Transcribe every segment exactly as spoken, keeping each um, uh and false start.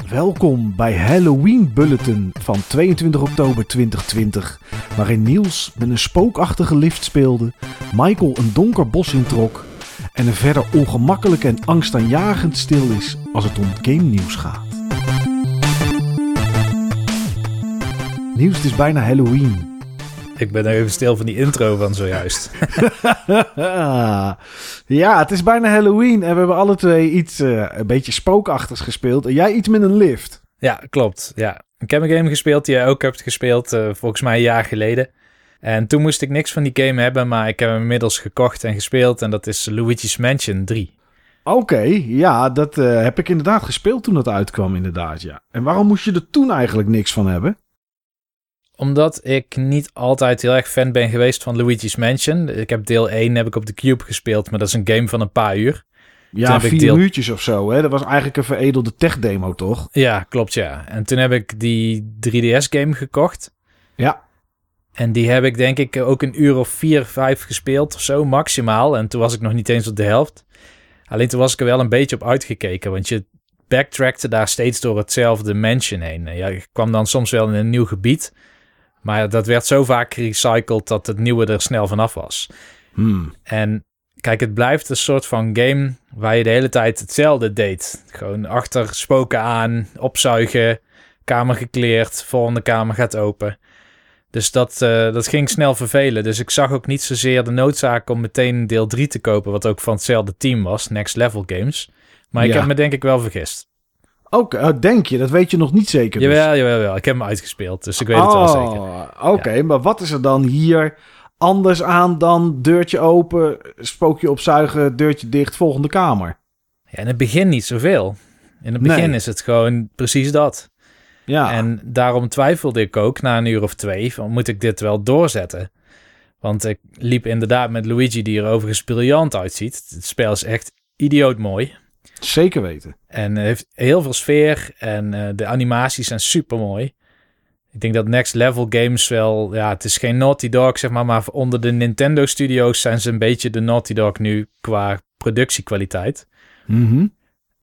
Welkom bij Halloween Bulletin van tweeëntwintig oktober tweeduizend twintig, waarin Niels met een spookachtige lift speelde, Michael een donker bos introk en er verder ongemakkelijk en angstaanjagend stil is als het om game nieuws gaat. Nieuws, het is bijna Halloween. Ik ben even stil van die intro van zojuist. Ja, het is bijna Halloween en we hebben alle twee iets uh, een beetje spookachtigs gespeeld. En jij iets met een lift. Ja, klopt. Ja. Ik heb een game gespeeld die jij ook hebt gespeeld, uh, volgens mij een jaar geleden. En toen moest ik niks van die game hebben, maar ik heb hem inmiddels gekocht en gespeeld. En dat is Luigi's Mansion drie. Oké, okay, ja, dat uh, heb ik inderdaad gespeeld toen dat uitkwam inderdaad, ja. En waarom moest je er toen eigenlijk niks van hebben? Omdat ik niet altijd heel erg fan ben geweest van Luigi's Mansion. Ik heb deel één heb ik op de Cube gespeeld, maar dat is een game van een paar uur. Ja, vier deel... uurtjes of zo, hè? Dat was eigenlijk een veredelde tech-demo, toch? Ja, klopt, ja. En toen heb ik die drie D S-game gekocht. Ja. En die heb ik denk ik ook een uur of vier, vijf gespeeld of zo, maximaal. En toen was ik nog niet eens op de helft. Alleen toen was ik er wel een beetje op uitgekeken, want je backtrackte daar steeds door hetzelfde mansion heen. Ja, je kwam dan soms wel in een nieuw gebied, maar dat werd zo vaak gerecycled dat het nieuwe er snel vanaf was. Hmm. En kijk, het blijft een soort van game waar je de hele tijd hetzelfde deed. Gewoon achter spoken aan, opzuigen, kamer gekleerd, volgende kamer gaat open. Dus dat, uh, dat ging snel vervelen. Dus ik zag ook niet zozeer de noodzaak om meteen deel drie te kopen, wat ook van hetzelfde team was, Next Level Games. Maar ik ja. heb me denk ik wel vergist. Oké, okay, denk je? Dat weet je nog niet zeker. Dus. Jawel, jawel, jawel. Ik heb hem uitgespeeld, dus ik weet oh, het wel zeker. Oké, okay, ja. Maar wat is er dan hier anders aan dan deurtje open, spookje opzuigen, deurtje dicht, volgende kamer? Ja, in het begin niet zoveel. In het begin nee. is het gewoon precies dat. Ja. En daarom twijfelde ik ook na een uur of twee, van moet ik dit wel doorzetten? Want ik liep inderdaad met Luigi, die er overigens briljant uitziet. Het spel is echt idioot mooi. Zeker weten. En heeft heel veel sfeer en uh, de animaties zijn super mooi. Ik denk dat Next Level Games wel, ja, het is geen Naughty Dog, zeg maar, maar onder de Nintendo Studios zijn ze een beetje de Naughty Dog nu qua productiekwaliteit. Mm-hmm.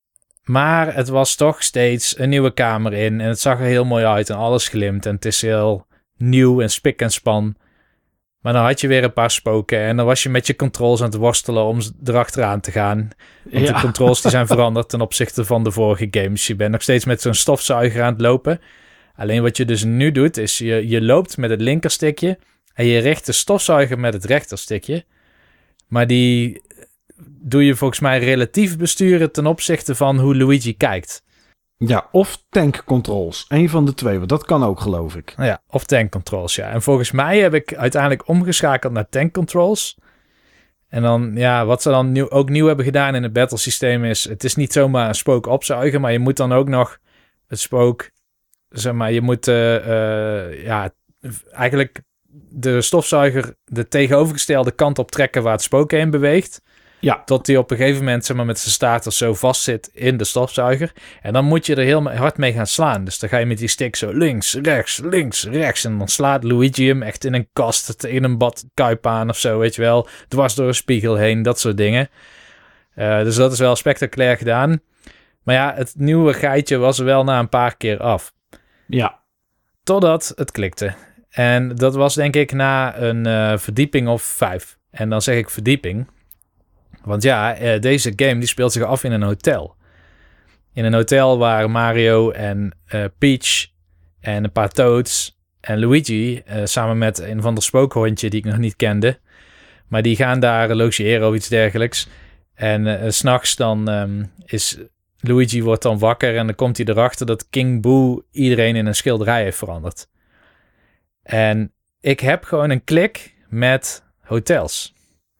Maar het was toch steeds een nieuwe kamer in en het zag er heel mooi uit en alles glimt en het is heel nieuw en spik en span. Maar dan had je weer een paar spoken en dan was je met je controls aan het worstelen om erachteraan te gaan. Want ja. de controls die zijn veranderd ten opzichte van de vorige games. Je bent nog steeds met zo'n stofzuiger aan het lopen. Alleen wat je dus nu doet is je, je loopt met het linkerstikje en je richt de stofzuiger met het rechterstikje. Maar die doe je volgens mij relatief besturen ten opzichte van hoe Luigi kijkt. Ja, of tank controls. Eén van de twee, want dat kan ook, geloof ik. Ja, of tank controls, ja. En volgens mij heb ik uiteindelijk omgeschakeld naar tank controls. En dan, ja, wat ze dan nieuw, ook nieuw hebben gedaan in het battle systeem is, het is niet zomaar een spook opzuigen, maar je moet dan ook nog het spook, zeg maar, je moet, uh, uh, ja, eigenlijk de stofzuiger de tegenovergestelde kant op trekken waar het spook heen beweegt. Ja. Tot hij op een gegeven moment, zeg maar, met zijn staart of zo vast zit in de stofzuiger. En dan moet je er heel hard mee gaan slaan. Dus dan ga je met die stick zo links, rechts, links, rechts. En dan slaat Luigi hem echt in een kast, in een badkuip aan of zo, weet je wel. Dwars door een spiegel heen, dat soort dingen. Uh, dus dat is wel spectaculair gedaan. Maar ja, het nieuwe geitje was er wel na een paar keer af. Ja. Totdat het klikte. En dat was denk ik na een uh, verdieping of vijf. En dan zeg ik verdieping. Want ja, uh, deze game die speelt zich af in een hotel. In een hotel waar Mario en uh, Peach en een paar Toads en Luigi, uh, samen met een van de spookhondje die ik nog niet kende, maar die gaan daar logeren of iets dergelijks. En uh, 's nachts dan um, is Luigi wordt dan wakker en dan komt hij erachter dat King Boo iedereen in een schilderij heeft veranderd. En ik heb gewoon een klik met hotels.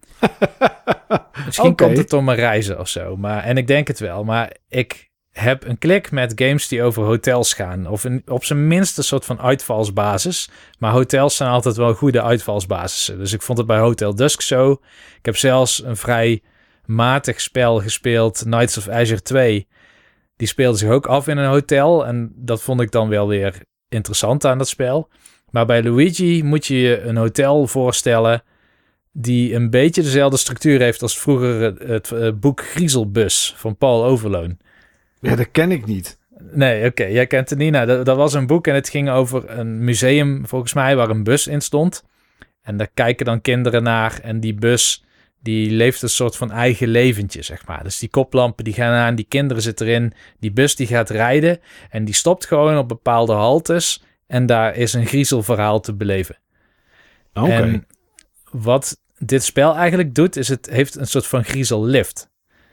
Misschien okay. komt het om mijn reizen of zo. Maar, en ik denk het wel. Maar ik heb een klik met games die over hotels gaan. Of een, op zijn minst een soort van uitvalsbasis. Maar hotels zijn altijd wel goede uitvalsbasissen. Dus ik vond het bij Hotel Dusk zo. Ik heb zelfs een vrij matig spel gespeeld. Knights of Azure twee. Die speelde zich ook af in een hotel. En dat vond ik dan wel weer interessant aan dat spel. Maar bij Luigi moet je je een hotel voorstellen die een beetje dezelfde structuur heeft als vroeger het, het, het boek Griezelbus van Paul Overloon. Ja, dat ken ik niet. Nee, oké, okay, jij kent het niet. Nou, dat, dat was een boek en het ging over een museum, volgens mij, waar een bus in stond. En daar kijken dan kinderen naar en die bus, die leeft een soort van eigen leventje, zeg maar. Dus die koplampen, die gaan aan, die kinderen zitten erin. Die bus, die gaat rijden en die stopt gewoon op bepaalde haltes. En daar is een griezelverhaal te beleven. Oké. Okay. En wat dit spel eigenlijk doet, is het heeft een soort van griezellift.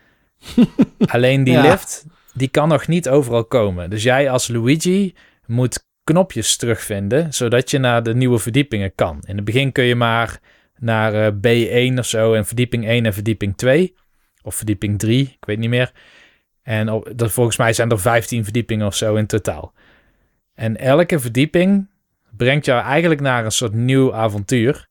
Alleen die ja. lift, die kan nog niet overal komen. Dus jij als Luigi moet knopjes terugvinden, zodat je naar de nieuwe verdiepingen kan. In het begin kun je maar naar uh, B één of zo en verdieping één en verdieping twee. Of verdieping drie, ik weet niet meer. En op, dat, volgens mij zijn er vijftien verdiepingen of zo in totaal. En elke verdieping brengt jou eigenlijk naar een soort nieuw avontuur.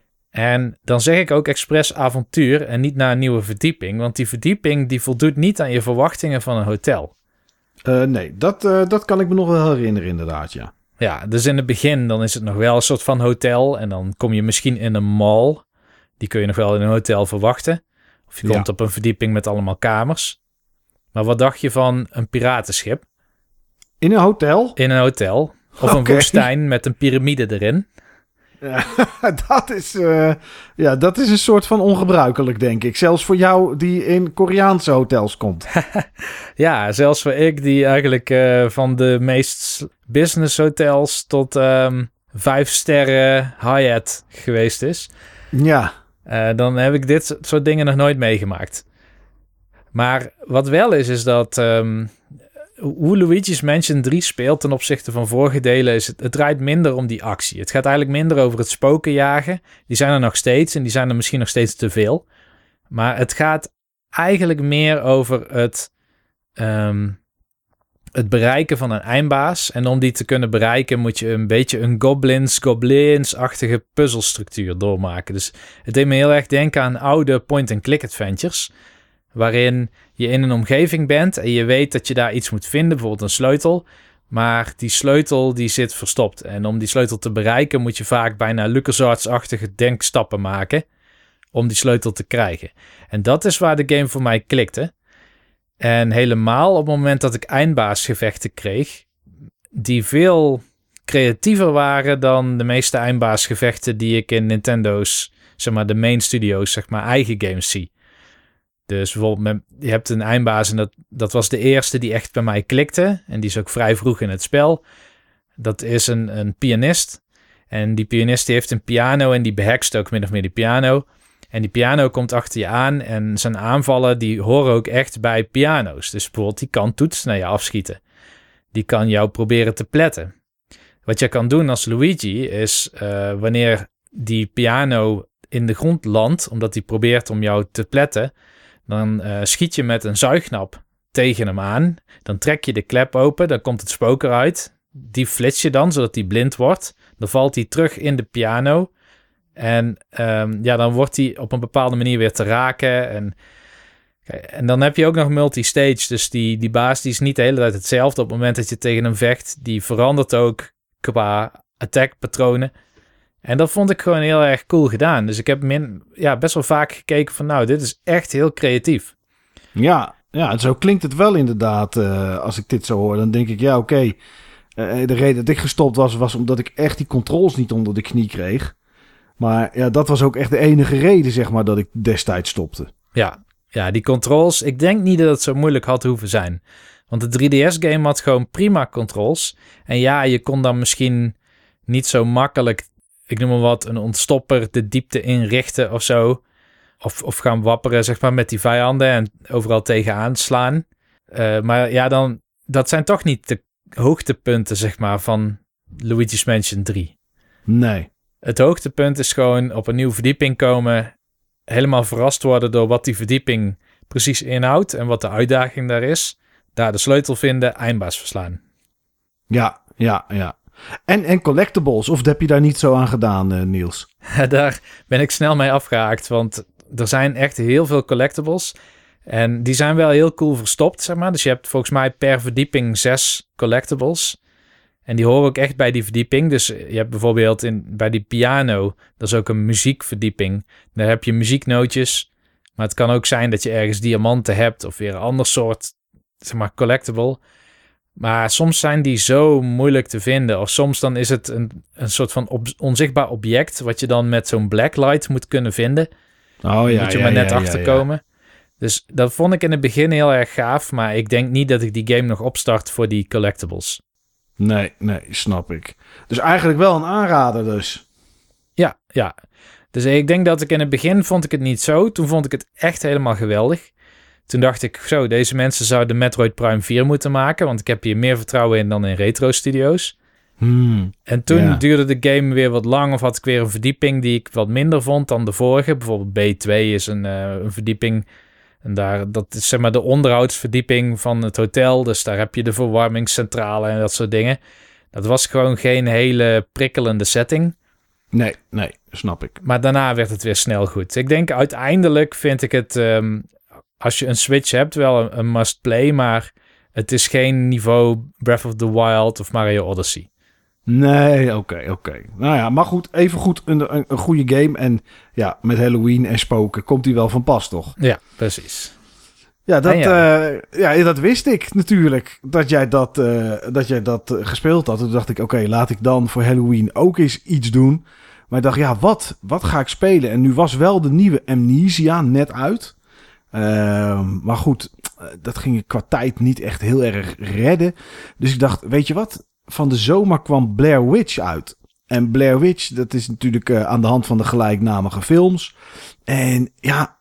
En dan zeg ik ook expres avontuur en niet naar een nieuwe verdieping. Want die verdieping die voldoet niet aan je verwachtingen van een hotel. Uh, nee, dat, uh, dat kan ik me nog wel herinneren inderdaad, ja. Ja, dus in het begin dan is het nog wel een soort van hotel. En dan kom je misschien in een mall. Die kun je nog wel in een hotel verwachten. Of je komt ja. op een verdieping met allemaal kamers. Maar wat dacht je van een piratenschip? In een hotel? In een hotel. Of okay. een woestijn met een piramide erin. Ja, dat is, uh, ja, dat is een soort van ongebruikelijk, denk ik. Zelfs voor jou die in Koreaanse hotels komt. Ja, zelfs voor ik die eigenlijk uh, van de meest business hotels tot um, vijf sterren Hyatt geweest is. Ja. Uh, dan heb ik dit soort dingen nog nooit meegemaakt. Maar wat wel is, is dat um, hoe Luigi's Mansion drie speelt ten opzichte van vorige delen, is het, het draait minder om die actie. Het gaat eigenlijk minder over het spokenjagen. Die zijn er nog steeds en die zijn er misschien nog steeds te veel. Maar het gaat eigenlijk meer over het, um, het bereiken van een eindbaas. En om die te kunnen bereiken moet je een beetje een goblins, goblins-achtige puzzelstructuur doormaken. Dus het deed me heel erg denken aan oude point-and-click adventures, waarin je in een omgeving bent en je weet dat je daar iets moet vinden, bijvoorbeeld een sleutel. Maar die sleutel die zit verstopt. En om die sleutel te bereiken moet je vaak bijna LucasArts-achtige denkstappen maken om die sleutel te krijgen. En dat is waar de game voor mij klikte. En helemaal op het moment dat ik eindbaasgevechten kreeg, die veel creatiever waren dan de meeste eindbaasgevechten die ik in Nintendo's, zeg maar de main studios, zeg maar eigen games zie. Dus bijvoorbeeld, met, je hebt een eindbaas en dat, dat was de eerste die echt bij mij klikte. En die is ook vrij vroeg in het spel. Dat is een, een pianist. En die pianist die heeft een piano en die behekst ook min of meer die piano. En die piano komt achter je aan en zijn aanvallen die horen ook echt bij piano's. Dus bijvoorbeeld die kan toetsen naar je afschieten. Die kan jou proberen te pletten. Wat je kan doen als Luigi is uh, wanneer die piano in de grond landt, omdat hij probeert om jou te pletten, dan uh, schiet je met een zuignap tegen hem aan. Dan trek je de klep open, dan komt het spook eruit. Die flits je dan, zodat hij blind wordt. Dan valt hij terug in de piano. En um, ja, dan wordt hij op een bepaalde manier weer te raken. En, en dan heb je ook nog multi-stage. Dus die, die baas die is niet de hele tijd hetzelfde. Op het moment dat je tegen hem vecht, die verandert ook qua attack-patronen. En dat vond ik gewoon heel erg cool gedaan. Dus ik heb min, ja, best wel vaak gekeken van, nou, dit is echt heel creatief. Ja, ja, zo klinkt het wel inderdaad. Uh, als ik dit zo hoor, dan denk ik, ja, oké. Okay. Uh, de reden dat ik gestopt was, was omdat ik echt die controls niet onder de knie kreeg. Maar ja, dat was ook echt de enige reden, zeg maar, dat ik destijds stopte. Ja, ja, die controls, ik denk niet dat het zo moeilijk had hoeven zijn. Want de drie D S-game had gewoon prima controls. En ja, je kon dan misschien niet zo makkelijk, ik noem maar wat, een ontstopper de diepte inrichten of zo. Of, of gaan wapperen, zeg maar, met die vijanden en overal tegenaan slaan. Uh, maar ja, dan, dat zijn toch niet de hoogtepunten, zeg maar, van Luigi's Mansion drie. Nee. Het hoogtepunt is gewoon op een nieuwe verdieping komen, helemaal verrast worden door wat die verdieping precies inhoudt en wat de uitdaging daar is. Daar de sleutel vinden, eindbaas verslaan. Ja, ja, ja. En, en collectibles, of heb je daar niet zo aan gedaan, uh, Niels? Daar ben ik snel mee afgehaakt, want er zijn echt heel veel collectibles. En die zijn wel heel cool verstopt, zeg maar. Dus je hebt volgens mij per verdieping zes collectibles. En die horen ook echt bij die verdieping. Dus je hebt bijvoorbeeld in, bij die piano, dat is ook een muziekverdieping. Daar heb je muzieknootjes. Maar het kan ook zijn dat je ergens diamanten hebt of weer een ander soort, zeg maar, collectible. Maar soms zijn die zo moeilijk te vinden. Of soms dan is het een, een soort van op, onzichtbaar object... wat je dan met zo'n blacklight moet kunnen vinden. Oh ja, moet je ja, maar net ja, achterkomen. Ja, ja. Dus dat vond ik in het begin heel erg gaaf... maar ik denk niet dat ik die game nog opstart voor die collectibles. Nee, nee, snap ik. Dus eigenlijk wel een aanrader dus. Ja, ja. Dus ik denk dat ik in het begin vond ik het niet zo. Toen vond ik het echt helemaal geweldig. Toen dacht ik, zo, deze mensen zouden Metroid Prime vier moeten maken... want ik heb hier meer vertrouwen in dan in Retro Studios. Hmm, en toen ja. duurde de game weer wat lang... of had ik weer een verdieping die ik wat minder vond dan de vorige. Bijvoorbeeld B twee is een, uh, een verdieping... en daar, dat is zeg maar de onderhoudsverdieping van het hotel... dus daar heb je de verwarmingscentrale en dat soort dingen. Dat was gewoon geen hele prikkelende setting... Nee, nee, snap ik. Maar daarna werd het weer snel goed. Ik denk uiteindelijk vind ik het... Um, als je een Switch hebt, wel een, een must-play... maar het is geen niveau Breath of the Wild of Mario Odyssey. Nee, oké, okay, oké. Okay. Nou ja, maar goed, even goed een, een, een goede game. En ja, met Halloween en spoken komt die wel van pas, toch? Ja, precies. Ja, dat, ja. Uh, ja, dat wist ik natuurlijk. Dat jij dat, uh, dat, jij dat uh, gespeeld had. Toen dacht ik, oké, okay, laat ik dan voor Halloween ook eens iets doen. Maar ik dacht, ja, wat, wat ga ik spelen? En nu was wel de nieuwe Amnesia net uit. Uh, maar goed, dat ging ik qua tijd niet echt heel erg redden. Dus ik dacht, weet je wat? Van de zomer kwam Blair Witch uit. En Blair Witch, dat is natuurlijk uh, aan de hand van de gelijknamige films. En ja,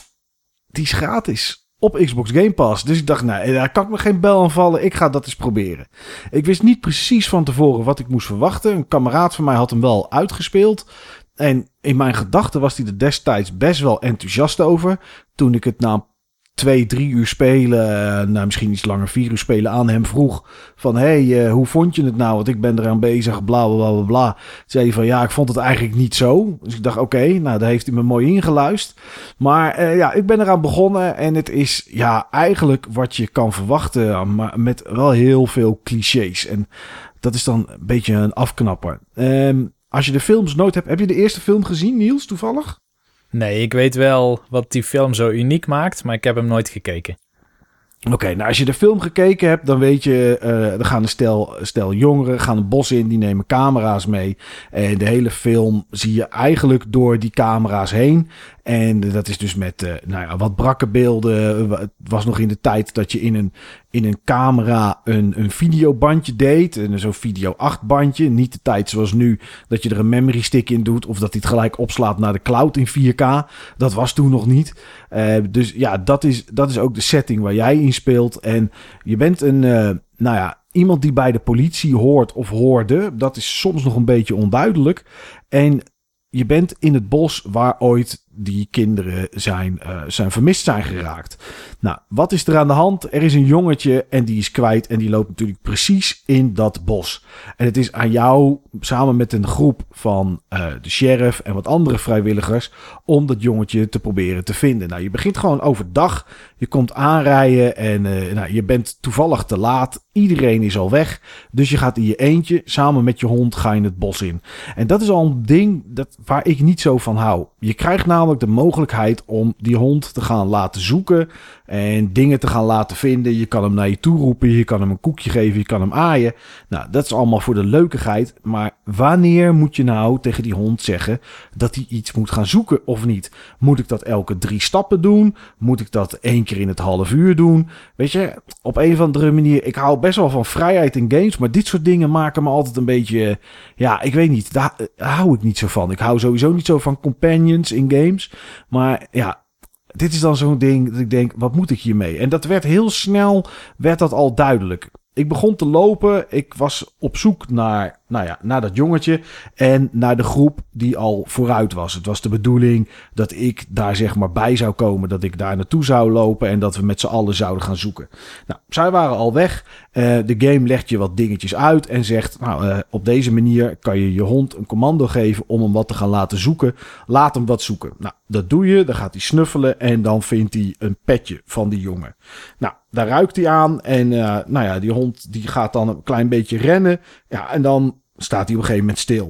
die is gratis op Xbox Game Pass. Dus ik dacht, nou, daar kan ik me geen bel aan vallen. Ik ga dat eens proberen. Ik wist niet precies van tevoren wat ik moest verwachten. Een kameraad van mij had hem wel uitgespeeld. En in mijn gedachten was hij er destijds best wel enthousiast over. Toen ik het na twee, drie uur spelen, nou misschien iets langer, vier uur spelen aan hem vroeg van, hé, hey, uh, hoe vond je het nou? Want ik ben eraan bezig, bla, bla, bla, bla. Toen zei hij van, ja, ik vond het eigenlijk niet zo. Dus ik dacht, oké, okay, nou, daar heeft hij me mooi ingeluisterd. Maar uh, ja, ik ben eraan begonnen en het is, ja, eigenlijk wat je kan verwachten, maar met wel heel veel clichés. En dat is dan een beetje een afknapper. Um, als je de films nooit hebt, heb je de eerste film gezien, Niels, toevallig? Nee, ik weet wel wat die film zo uniek maakt, maar ik heb hem nooit gekeken. Oké, okay, nou als je de film gekeken hebt, dan weet je, uh, er gaan een stel, stel jongeren, gaan een bos in, die nemen camera's mee. En de hele film zie je eigenlijk door die camera's heen. En dat is dus met uh, nou ja, wat brakke beelden. Het was nog in de tijd dat je in een, in een camera een, een videobandje deed. En zo'n video acht bandje. Niet de tijd zoals nu dat je er een memory stick in doet. Of dat hij het gelijk opslaat naar de cloud in vier K. Dat was toen nog niet. Uh, dus ja, dat is, dat is ook de setting waar jij in speelt. En je bent een, uh, nou ja, iemand die bij de politie hoort of hoorde. Dat is soms nog een beetje onduidelijk. En je bent in het bos waar ooit die kinderen zijn, uh, zijn vermist zijn geraakt. Nou, wat is er aan de hand? Er is een jongetje en die is kwijt en die loopt natuurlijk precies in dat bos. En het is aan jou, samen met een groep van uh, de sheriff en wat andere vrijwilligers, om dat jongetje te proberen te vinden. Nou, je begint gewoon overdag. Je komt aanrijden en uh, nou, je bent toevallig te laat. Iedereen is al weg. Dus je gaat in je eentje, samen met je hond, ga je het bos in. En dat is al een ding dat, waar ik niet zo van hou. Je krijgt namelijk de mogelijkheid om die hond te gaan laten zoeken en dingen te gaan laten vinden. Je kan hem naar je toe roepen, je kan hem een koekje geven, je kan hem aaien. Nou, dat is allemaal voor de leukigheid. Maar wanneer moet je nou tegen die hond zeggen dat hij iets moet gaan zoeken of niet? Moet ik dat elke drie stappen doen? Moet ik dat één keer in het half uur doen? Weet je, op een of andere manier, ik hou best wel van vrijheid in games, maar dit soort dingen maken me altijd een beetje, ja, ik weet niet, daar, daar hou ik niet zo van. Ik hou sowieso niet zo van companions in games. Maar ja, dit is dan zo'n ding dat ik denk, wat moet ik hiermee? En dat werd heel snel, werd dat al duidelijk. Ik begon te lopen. Ik was op zoek naar, nou ja, naar dat jongetje en naar de groep die al vooruit was. Het was de bedoeling dat ik daar zeg maar bij zou komen, dat ik daar naartoe zou lopen en dat we met z'n allen zouden gaan zoeken. Nou, zij waren al weg. Uh, de game legt je wat dingetjes uit en zegt, nou, uh, op deze manier kan je je hond een commando geven om hem wat te gaan laten zoeken. Laat hem wat zoeken. Nou, dat doe je. Dan gaat hij snuffelen en dan vindt hij een petje van die jongen. Nou, daar ruikt hij aan en uh, nou ja, die hond die gaat dan een klein beetje rennen. Ja, en dan staat hij op een gegeven moment stil.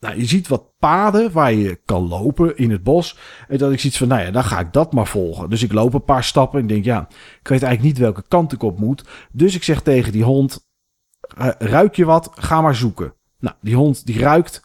nou, je ziet wat paden waar je kan lopen in het bos. En dat ik zoiets van, nou ja, dan ga ik dat maar volgen. Dus ik loop een paar stappen en denk, ja, ik weet eigenlijk niet welke kant ik op moet. Dus ik zeg tegen die hond, uh, ruik je wat? Ga maar zoeken. Nou, die hond die ruikt,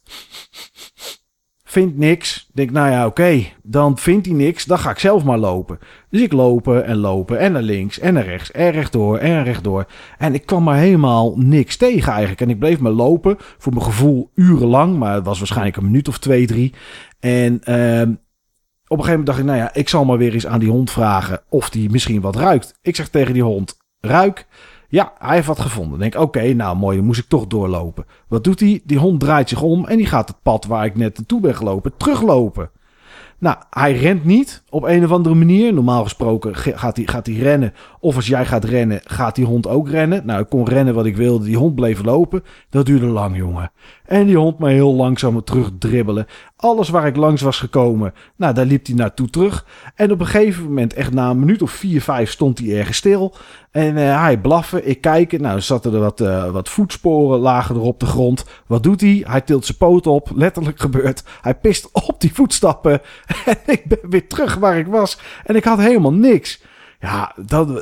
vindt niks. Denk, nou ja, oké, okay, dan vindt hij niks. Dan ga ik zelf maar lopen. Dus ik lopen en lopen en naar links en naar rechts en rechtdoor en rechtdoor. En ik kwam maar helemaal niks tegen eigenlijk. En ik bleef maar lopen, voor mijn gevoel urenlang. Maar het was waarschijnlijk een minuut of twee, drie. En uh, op een gegeven moment dacht ik, nou ja, ik zal maar weer eens aan die hond vragen of die misschien wat ruikt. Ik zeg tegen die hond, ruik. Ja, hij heeft wat gevonden. Denk, oké, okay, nou mooi, dan moest ik toch doorlopen. Wat doet hij? Die hond draait zich om en die gaat het pad waar ik net naartoe ben gelopen teruglopen. Nou, hij rent niet op een of andere manier. Normaal gesproken gaat hij, gaat hij rennen. Of als jij gaat rennen, gaat die hond ook rennen. Nou, ik kon rennen wat ik wilde. Die hond bleef lopen. Dat duurde lang, jongen. En die hond maar heel langzaam terug dribbelen. Alles waar ik langs was gekomen, nou, daar liep hij naartoe terug. En op een gegeven moment, echt na een minuut of vier, vijf, stond hij ergens stil. En uh, hij blaffen, ik kijken. Nou, zaten er wat, uh, wat voetsporen, lagen er op de grond. Wat doet hij? Hij tilt zijn poot op. Letterlijk gebeurd. Hij pist op die voetstappen. En ik ben weer terug waar ik was. En ik had helemaal niks. Ja, dat...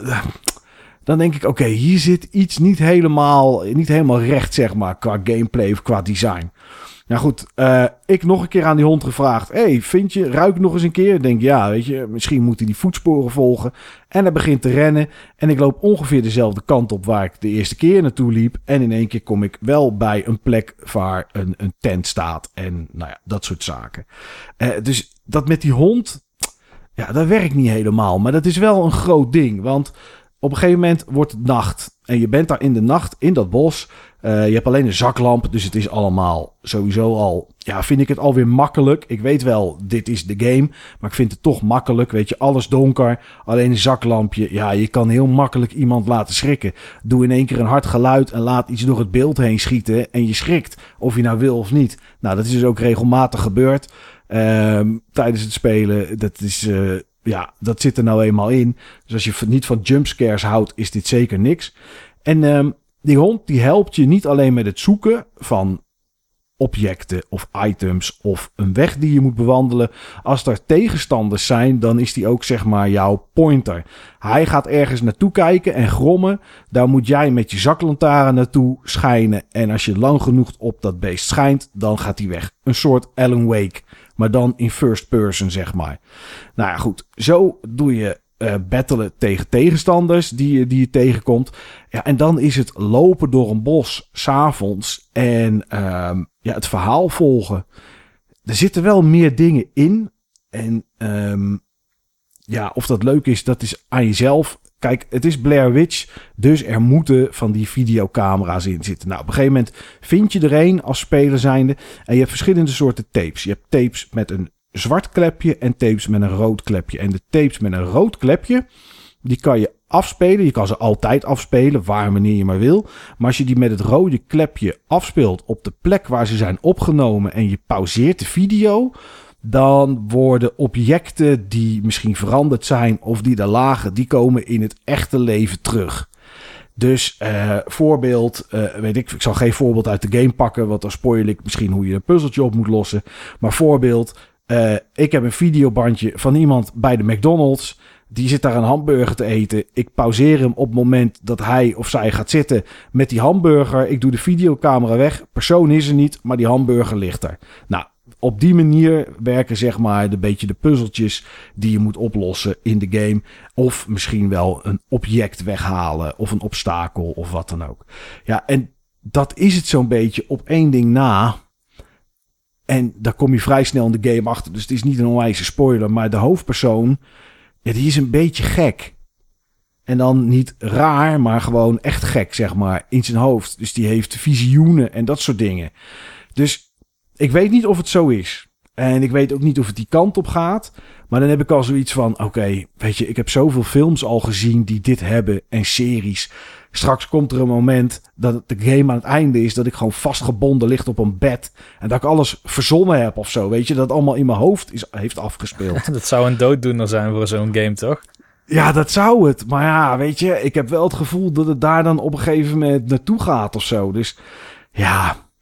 Dan denk ik, oké, okay, hier zit iets niet helemaal, niet helemaal recht, zeg maar, qua gameplay of qua design. Nou goed, uh, ik nog een keer aan die hond gevraagd. Hé, hey, vind je, ruik nog eens een keer? Ik denk, ja, weet je, misschien moet hij die voetsporen volgen. En hij begint te rennen. En ik loop ongeveer dezelfde kant op waar ik de eerste keer naartoe liep. En in één keer kom ik wel bij een plek waar een, een tent staat. En nou ja, dat soort zaken. Uh, dus dat met die hond, ja, dat werkt niet helemaal. Maar dat is wel een groot ding, want... Op een gegeven moment wordt het nacht. En je bent daar in de nacht in dat bos. Uh, je hebt alleen een zaklamp. Dus het is allemaal sowieso al... Ja, vind ik het alweer makkelijk. Ik weet wel, dit is de game. Maar ik vind het toch makkelijk. Weet je, alles donker. Alleen een zaklampje. Ja, je kan heel makkelijk iemand laten schrikken. Doe in één keer een hard geluid. En laat iets door het beeld heen schieten. En je schrikt. Of je nou wil of niet. Nou, dat is dus ook regelmatig gebeurd. Uh, tijdens het spelen. Dat is... Uh, Ja, dat zit er nou eenmaal in. Dus als je niet van jumpscares houdt, is dit zeker niks. En um, die hond die helpt je niet alleen met het zoeken van objecten of items of een weg die je moet bewandelen. Als er tegenstanders zijn, dan is die ook zeg maar jouw pointer. Hij gaat ergens naartoe kijken en grommen. Daar moet jij met je zaklantaarn naartoe schijnen. En als je lang genoeg op dat beest schijnt, dan gaat hij weg. Een soort Alan Wake. Maar dan in first person, zeg maar. Nou ja, goed. Zo doe je uh, battelen tegen tegenstanders die, die je tegenkomt. Ja, en dan is het lopen door een bos 's avonds en um, ja, het verhaal volgen. Er zitten wel meer dingen in. En um, ja, of dat leuk is, dat is aan jezelf. Kijk, het is Blair Witch, dus er moeten van die videocamera's in zitten. Nou, op een gegeven moment vind je er een als speler zijnde. En je hebt verschillende soorten tapes. Je hebt tapes met een zwart klepje en tapes met een rood klepje. En de tapes met een rood klepje, die kan je afspelen. Je kan ze altijd afspelen, waar wanneer je maar wil. Maar als je die met het rode klepje afspeelt op de plek waar ze zijn opgenomen en je pauzeert de video, dan worden objecten die misschien veranderd zijn of die daar lagen, die komen in het echte leven terug. Dus uh, voorbeeld, uh, weet ik, ik zal geen voorbeeld uit de game pakken, want dan spoil ik misschien hoe je een puzzeltje op moet lossen. Maar voorbeeld, uh, ik heb een videobandje van iemand bij de McDonald's. Die zit daar een hamburger te eten. Ik pauzeer hem op het moment dat hij of zij gaat zitten met die hamburger. Ik doe de videocamera weg. Persoon is er niet, maar die hamburger ligt er. Nou, op die manier werken zeg maar een beetje de puzzeltjes die je moet oplossen in de game. Of misschien wel een object weghalen of een obstakel of wat dan ook. Ja, en dat is het zo'n beetje op één ding na. En daar kom je vrij snel in de game achter. Dus het is niet een onwijze spoiler, maar de hoofdpersoon, ja, die is een beetje gek. En dan niet raar, maar gewoon echt gek, zeg maar, in zijn hoofd. Dus die heeft visioenen en dat soort dingen. Dus ik weet niet of het zo is. En ik weet ook niet of het die kant op gaat. Maar dan heb ik al zoiets van, oké, okay, weet je, ik heb zoveel films al gezien die dit hebben en series. Straks komt er een moment dat de game aan het einde is, dat ik gewoon vastgebonden ligt op een bed. En dat ik alles verzonnen heb of zo, weet je. Dat het allemaal in mijn hoofd is, heeft afgespeeld. Dat zou een dooddoener zijn voor zo'n game, toch? Ja, dat zou het. Maar ja, weet je, ik heb wel het gevoel dat het daar dan op een gegeven moment naartoe gaat of zo. Dus ja,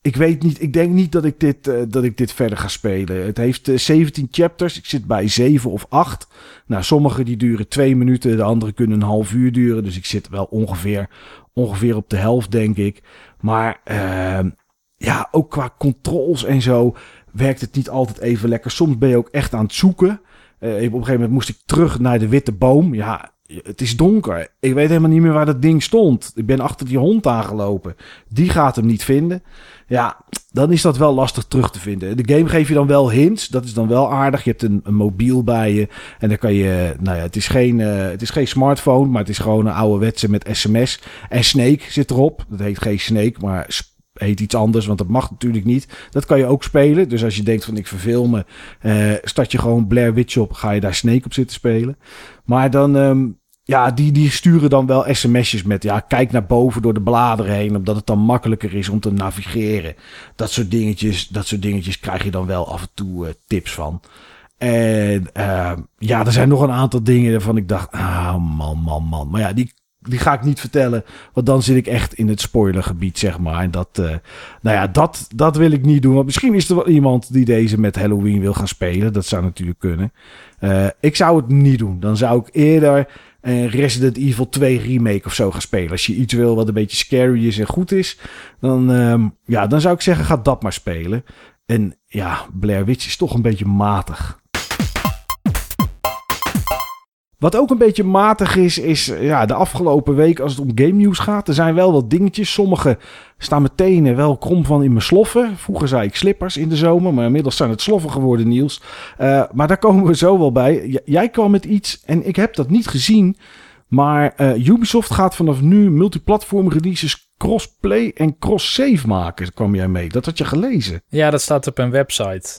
ik weet niet, ik denk niet dat ik dit, uh, dat ik dit verder ga spelen. Het heeft uh, zeventien chapters. Ik zit bij zeven of acht. Nou, sommige die duren twee minuten. De andere kunnen een half uur duren. Dus ik zit wel ongeveer, ongeveer op de helft, denk ik. Maar uh, ja, ook qua controls en zo werkt het niet altijd even lekker. Soms ben je ook echt aan het zoeken. Uh, op een gegeven moment moest ik terug naar de witte boom. Ja, het is donker. Ik weet helemaal niet meer waar dat ding stond. Ik ben achter die hond aangelopen. Die gaat hem niet vinden. Ja, dan is dat wel lastig terug te vinden. De game geeft je dan wel hints. Dat is dan wel aardig. Je hebt een, een mobiel bij je. En dan kan je... Nou ja, het is geen, uh, het is geen smartphone. Maar het is gewoon een ouderwetse met sms. En Snake zit erop. Dat heet geen Snake, maar heet iets anders. Want dat mag natuurlijk niet. Dat kan je ook spelen. Dus als je denkt van ik verveel me. Uh, start je gewoon Blair Witch op. Ga je daar Snake op zitten spelen. Maar dan... Um, Ja, die, die sturen dan wel sms'jes met... Ja, kijk naar boven door de bladeren heen... omdat het dan makkelijker is om te navigeren. Dat soort dingetjes, dat soort dingetjes krijg je dan wel af en toe uh, tips van. En uh, ja, er zijn nog een aantal dingen waarvan ik dacht... Ah, man, man, man. Maar ja, die, die ga ik niet vertellen... want dan zit ik echt in het spoilergebied, zeg maar. En dat, uh, nou ja, dat, dat wil ik niet doen. Want misschien is er wel iemand die deze met Halloween wil gaan spelen. Dat zou natuurlijk kunnen. Uh, ik zou het niet doen. Dan zou ik eerder... en Resident Evil twee remake of zo gaan spelen. Als je iets wil wat een beetje scary is en goed is... dan, um, ja, dan zou ik zeggen, ga dat maar spelen. En ja, Blair Witch is toch een beetje matig. Wat ook een beetje matig is, is ja, de afgelopen week als het om game nieuws gaat. Er zijn wel wat dingetjes. Sommige staan mijn tenen wel krom van in mijn sloffen. Vroeger zei ik slippers in de zomer, maar inmiddels zijn het sloffen geworden, Niels. Uh, maar daar komen we zo wel bij. J- jij kwam met iets en ik heb dat niet gezien. Maar uh, Ubisoft gaat vanaf nu multiplatform releases crossplay en cross-save maken. Daar kwam jij mee. Dat had je gelezen. Ja, dat staat op een website.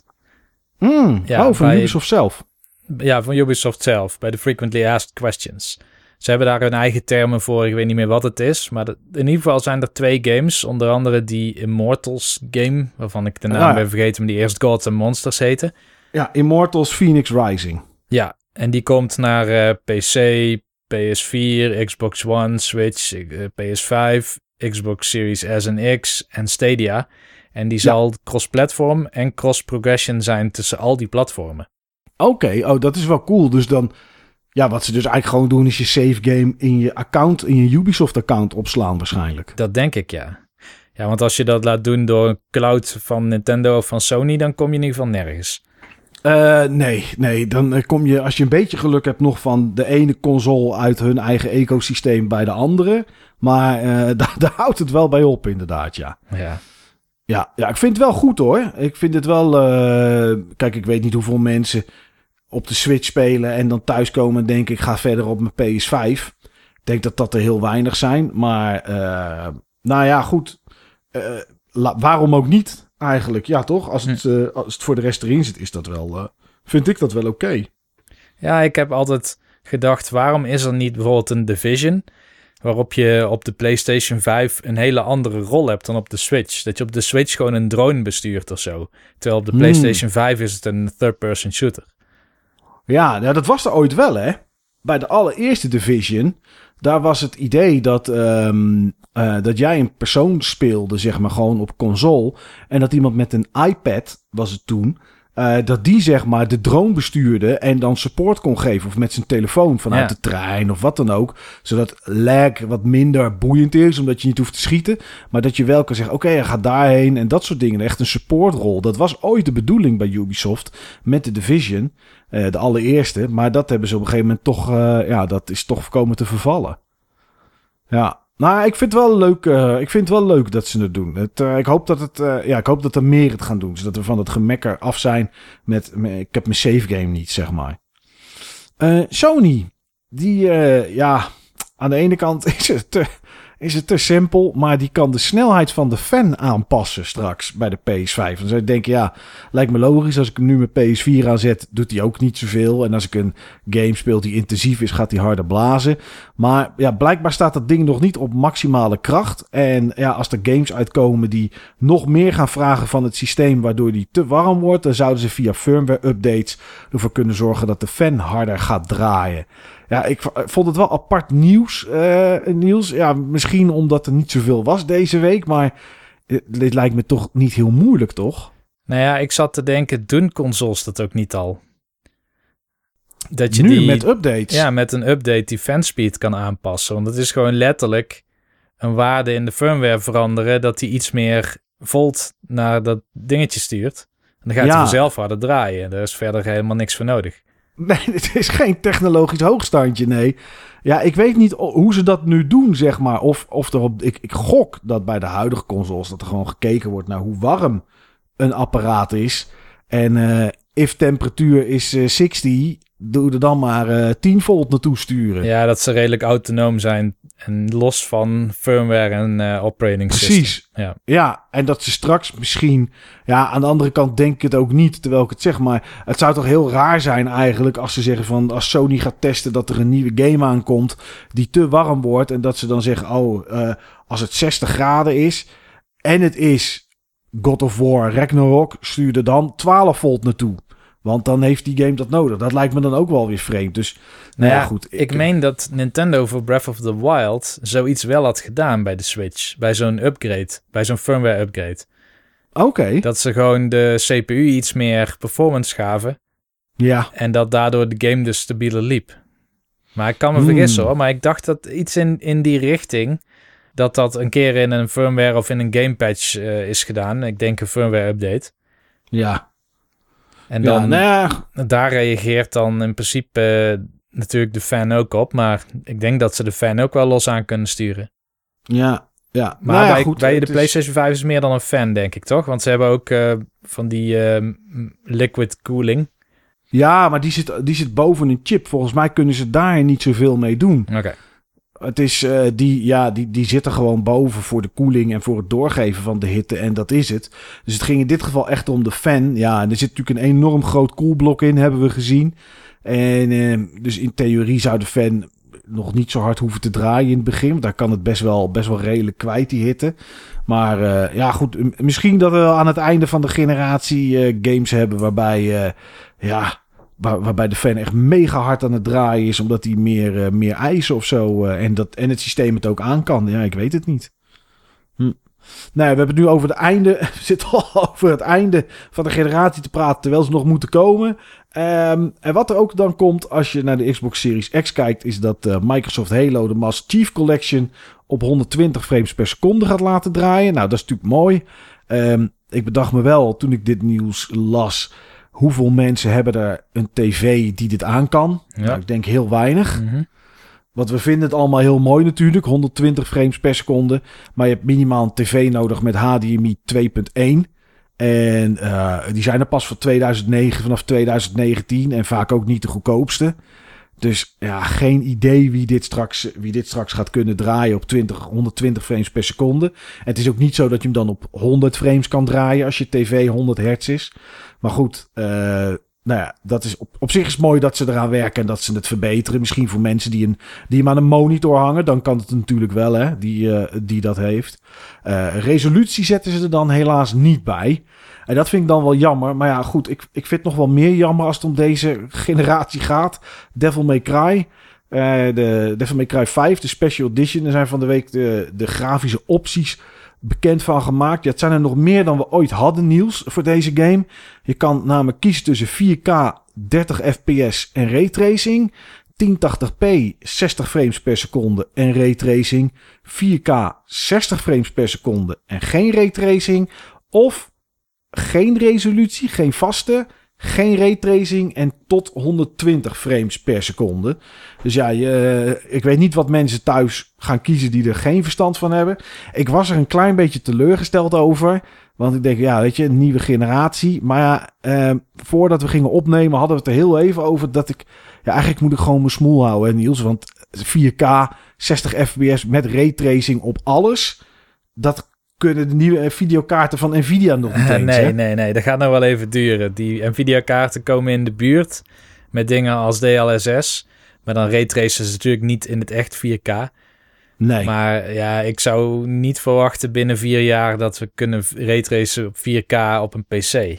Mm, ja, oh, van bij... Ubisoft zelf. Ja, van Ubisoft zelf, bij de Frequently Asked Questions. Ze hebben daar hun eigen termen voor, ik weet niet meer wat het is. Maar de, in ieder geval zijn er twee games. Onder andere die Immortals game, waarvan ik de naam ah. ben vergeten, maar die eerst Gods and Monsters heette. Ja, Immortals Phoenix Rising. Ja, en die komt naar uh, P C, P S vier, Xbox One, Switch, uh, P S vijf, Xbox Series S en X en Stadia. En die zal ja. cross-platform en cross-progression zijn tussen al die platformen. Oké, okay, oh, dat is wel cool. Dus dan, ja, wat ze dus eigenlijk gewoon doen is je save game in je account, in je Ubisoft account opslaan waarschijnlijk. Dat denk ik, ja. Ja, want als je dat laat doen door een cloud van Nintendo of van Sony, dan kom je in ieder geval nergens. Uh, nee, nee, dan kom je, als je een beetje geluk hebt, nog van de ene console uit hun eigen ecosysteem bij de andere. Maar uh, daar, daar houdt het wel bij op, inderdaad, ja. Ja. Ja, ja, ik vind het wel goed hoor. Ik vind het wel... Uh, kijk, ik weet niet hoeveel mensen op de Switch spelen en dan thuiskomen en denken ik ga verder op mijn P S vijf. Ik denk dat dat er heel weinig zijn. Maar uh, nou ja, goed. Uh, la, waarom ook niet eigenlijk? Ja, toch? Als het, uh, als het voor de rest erin zit, is dat wel... Uh, vind ik dat wel oké. Okay. Ja, ik heb altijd gedacht, waarom is er niet bijvoorbeeld een Division... waarop je op de PlayStation vijf een hele andere rol hebt dan op de Switch. Dat je op de Switch gewoon een drone bestuurt of zo. Terwijl op de PlayStation hmm. vijf is het een third-person shooter. Ja, nou, dat was er ooit wel, hè. Bij de allereerste Division, daar was het idee dat, um, uh, dat jij een persoon speelde, zeg maar, gewoon op console. En dat iemand met een iPad, was het toen... Uh, dat die zeg maar de drone bestuurde en dan support kon geven. Of met zijn telefoon vanuit ja. de trein of wat dan ook. Zodat lag wat minder boeiend is, omdat je niet hoeft te schieten. Maar dat je wel kan zeggen, oké, okay, hij gaat daarheen en dat soort dingen. Echt een supportrol. Dat was ooit de bedoeling bij Ubisoft met de Division. Uh, de allereerste. Maar dat hebben ze op een gegeven moment toch, uh, ja, dat is toch komen te vervallen. Ja. Nou, ik vind het wel leuk. Uh, ik vind het wel leuk dat ze het doen. Het, uh, ik hoop dat het, uh, ja, ik hoop dat er meer het gaan doen, zodat we van het gemekker af zijn met. met ik heb mijn save game niet, zeg maar. Uh, Sony, die, uh, ja, aan de ene kant is het te, is het te simpel, maar die kan de snelheid van de fan aanpassen straks bij de P S vijf. Dan zou je denken, ja, lijkt me logisch. Als ik nu mijn P S vier aanzet, doet hij ook niet zoveel. En als ik een game speel die intensief is, gaat hij harder blazen. Maar ja, blijkbaar staat dat ding nog niet op maximale kracht. En ja, als er games uitkomen die nog meer gaan vragen van het systeem, waardoor die te warm wordt, dan zouden ze via firmware updates ervoor kunnen zorgen dat de fan harder gaat draaien. Ja, ik vond het wel apart nieuws, uh, Niels. Ja, misschien omdat er niet zoveel was deze week. Maar dit lijkt me toch niet heel moeilijk, toch? Nou ja, ik zat te denken, doen consoles dat ook niet al? Dat je nu die, met updates? Ja, met een update die fanspeed kan aanpassen. Want het is gewoon letterlijk een waarde in de firmware veranderen, dat die iets meer volt naar dat dingetje stuurt. En dan gaat ja. hij vanzelf harder draaien. Daar is verder helemaal niks voor nodig. Nee, het is geen technologisch hoogstandje, nee. Ja, ik weet niet hoe ze dat nu doen, zeg maar. Of, of er op, ik, ik gok dat bij de huidige consoles dat er gewoon gekeken wordt naar hoe warm een apparaat is. En uh, if temperatuur is uh, zestig, doe er dan maar uh, tien volt naartoe sturen. Ja, dat ze redelijk autonoom zijn en los van firmware en uh, operating system. Precies. Ja. ja, en dat ze straks misschien... Ja, aan de andere kant denk ik het ook niet, terwijl ik het zeg. Maar het zou toch heel raar zijn eigenlijk als ze zeggen van... Als Sony gaat testen dat er een nieuwe game aankomt die te warm wordt. En dat ze dan zeggen, oh, uh, als het zestig graden is en het is God of War Ragnarok, stuur er dan twaalf volt naartoe. Want dan heeft die game dat nodig. Dat lijkt me dan ook wel weer vreemd. Dus, nou ja, ja goed. Ik, ik meen dat Nintendo voor Breath of the Wild zoiets wel had gedaan bij de Switch. Bij zo'n upgrade. Bij zo'n firmware upgrade. Oké. Okay. Dat ze gewoon de C P U iets meer performance gaven. Ja. En dat daardoor de game dus stabieler liep. Maar ik kan me hmm. vergissen hoor. Maar ik dacht dat iets in, in die richting... dat dat een keer in een firmware of in een game patch uh, is gedaan. Ik denk een firmware update. Ja. En dan, ja, nou ja. daar reageert dan in principe uh, natuurlijk de fan ook op. Maar ik denk dat ze de fan ook wel los aan kunnen sturen. Ja, ja. Maar nou ja, bij, goed, bij de is... PlayStation vijf is meer dan een fan, denk ik, toch? Want ze hebben ook uh, van die uh, liquid cooling. Ja, maar die zit, die zit boven een chip. Volgens mij kunnen ze daar niet zoveel mee doen. Oké. Okay. Het is, uh, die, ja, die, die zitten gewoon boven voor de koeling en voor het doorgeven van de hitte. En dat is het. Dus het ging in dit geval echt om de fan. Ja, en er zit natuurlijk een enorm groot koelblok in, hebben we gezien. En uh, dus in theorie zou de fan nog niet zo hard hoeven te draaien in het begin. Want daar kan het best wel, best wel redelijk kwijt, die hitte. Maar uh, ja, goed. Misschien dat we aan het einde van de generatie uh, games hebben waarbij, uh, ja... Waar, waarbij de fan echt mega hard aan het draaien is, omdat hij meer, uh, meer eisen of zo. Uh, en, dat, en het systeem het ook aan kan. Ja, ik weet het niet. Hm. Nou, we hebben het nu over het einde. We zitten al over het einde van de generatie te praten, terwijl ze nog moeten komen. Um, en wat er ook dan komt als je naar de Xbox Series X kijkt, is dat uh, Microsoft Halo de Master Chief Collection op honderdtwintig frames per seconde gaat laten draaien. Nou, dat is natuurlijk mooi. Um, ik bedacht me wel, toen ik dit nieuws las, hoeveel mensen hebben er een tv die dit aan kan? Ja. Nou, ik denk heel weinig. Mm-hmm. Want we vinden het allemaal heel mooi natuurlijk. honderdtwintig frames per seconde. Maar je hebt minimaal een tv nodig met H D M I twee punt één. En uh, die zijn er pas voor tweeduizend negen, vanaf tweeduizend negentien. En vaak ook niet de goedkoopste. Dus ja, geen idee wie dit straks, wie dit straks gaat kunnen draaien op twintig, honderdtwintig frames per seconde. En het is ook niet zo dat je hem dan op honderd frames kan draaien als je tv honderd hertz is. Maar goed, uh, nou ja, dat is op, op zich is mooi dat ze eraan werken en dat ze het verbeteren. Misschien voor mensen die, een, die hem aan een monitor hangen, dan kan het natuurlijk wel, hè, die, uh, die dat heeft. Uh, resolutie zetten ze er dan helaas niet bij. En dat vind ik dan wel jammer. Maar ja, goed, ik, ik vind het nog wel meer jammer als het om deze generatie gaat. Devil May Cry. Uh, de Devil May Cry vijf, de Special Edition. Er zijn van de week de, de grafische opties bekend van gemaakt. Ja, het zijn er nog meer dan we ooit hadden, Niels, voor deze game. Je kan namelijk kiezen tussen vier K, dertig F P S en raytracing. tien tachtig p, zestig frames per seconde en raytracing. vier K, zestig frames per seconde en geen raytracing. Of geen resolutie, geen vaste, geen raytracing en tot honderdtwintig frames per seconde. Dus ja, je, ik weet niet wat mensen thuis gaan kiezen die er geen verstand van hebben. Ik was er een klein beetje teleurgesteld over. Want ik denk, ja, weet je, een nieuwe generatie. Maar ja, eh, voordat we gingen opnemen hadden we het er heel even over dat ik... Ja, eigenlijk moet ik gewoon mijn smoel houden, hè, Niels. Want vier K, zestig F P S met raytracing op alles, dat kunnen de nieuwe videokaarten van Nvidia nog niet eens. Nee, hè? nee, nee. Dat gaat nog wel even duren. Die Nvidia-kaarten komen in de buurt met dingen als D L S S. Maar dan raytracen ze natuurlijk niet in het echt vier K. Nee. Maar ja, ik zou niet verwachten binnen vier jaar dat we kunnen raytracen op vier K op een P C.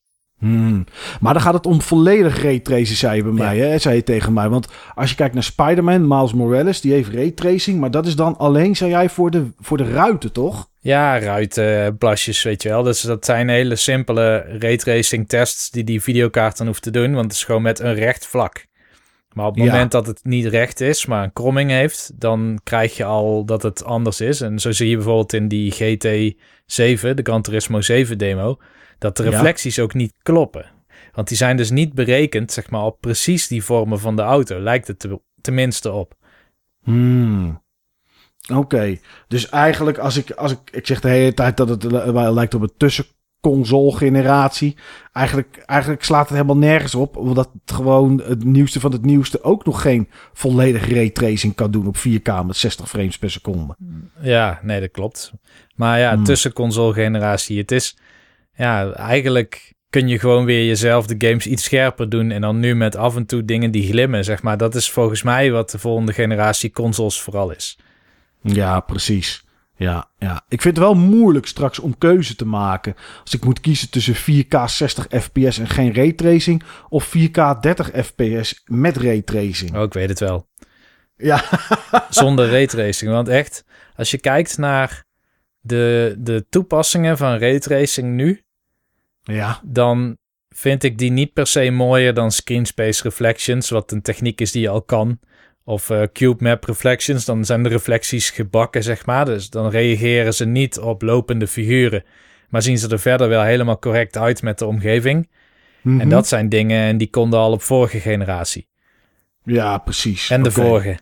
Hmm. Maar dan gaat het om volledig raytracen, zei je bij ja. mij, hè? Zei je tegen mij. Want als je kijkt naar Spider-Man, Miles Morales, die heeft raytracing, maar dat is dan alleen, zei jij, voor de, voor de ruiten, toch? Ja, ruiten, plasjes, weet je wel. Dus dat zijn hele simpele raytracing tests die die videokaart dan hoeft te doen. Want het is gewoon met een recht vlak. Maar op het Ja. moment dat het niet recht is, maar een kromming heeft, dan krijg je al dat het anders is. En zo zie je bijvoorbeeld in die G T zeven, de Gran Turismo zeven demo, dat de Ja. reflecties ook niet kloppen. Want die zijn dus niet berekend, zeg maar, op precies die vormen van de auto. Lijkt het te, tenminste op. Hmm. Oké, okay. Dus eigenlijk als ik, als ik, ik zeg de hele tijd dat het uh, lijkt op een tussenconsole generatie. Eigenlijk, eigenlijk slaat het helemaal nergens op, omdat het gewoon het nieuwste van het nieuwste ook nog geen volledige raytracing kan doen op vier K met zestig frames per seconde. Ja, nee, dat klopt. Maar ja, Hmm. tussenconsole generatie, het is, ja, eigenlijk kun je gewoon weer jezelf de games iets scherper doen en dan nu met af en toe dingen die glimmen, zeg maar. Dat is volgens mij wat de volgende generatie consoles vooral is. Ja, precies. Ja, ja. Ik vind het wel moeilijk straks om keuze te maken. Als ik moet kiezen tussen vier K zestig F P S en geen raytracing of vier K dertig F P S met raytracing. Oh, ik weet het wel. Ja. Zonder raytracing. Want echt, als je kijkt naar de, de toepassingen van raytracing nu, Ja. dan vind ik die niet per se mooier dan Screen Space Reflections, wat een techniek is die je al kan. Of uh, Cube Map Reflections, dan zijn de reflecties gebakken, zeg maar. Dus dan reageren ze niet op lopende figuren, maar zien ze er verder wel helemaal correct uit met de omgeving. Mm-hmm. En dat zijn dingen en die konden al op vorige generatie. Ja, precies. En de Okay. vorige.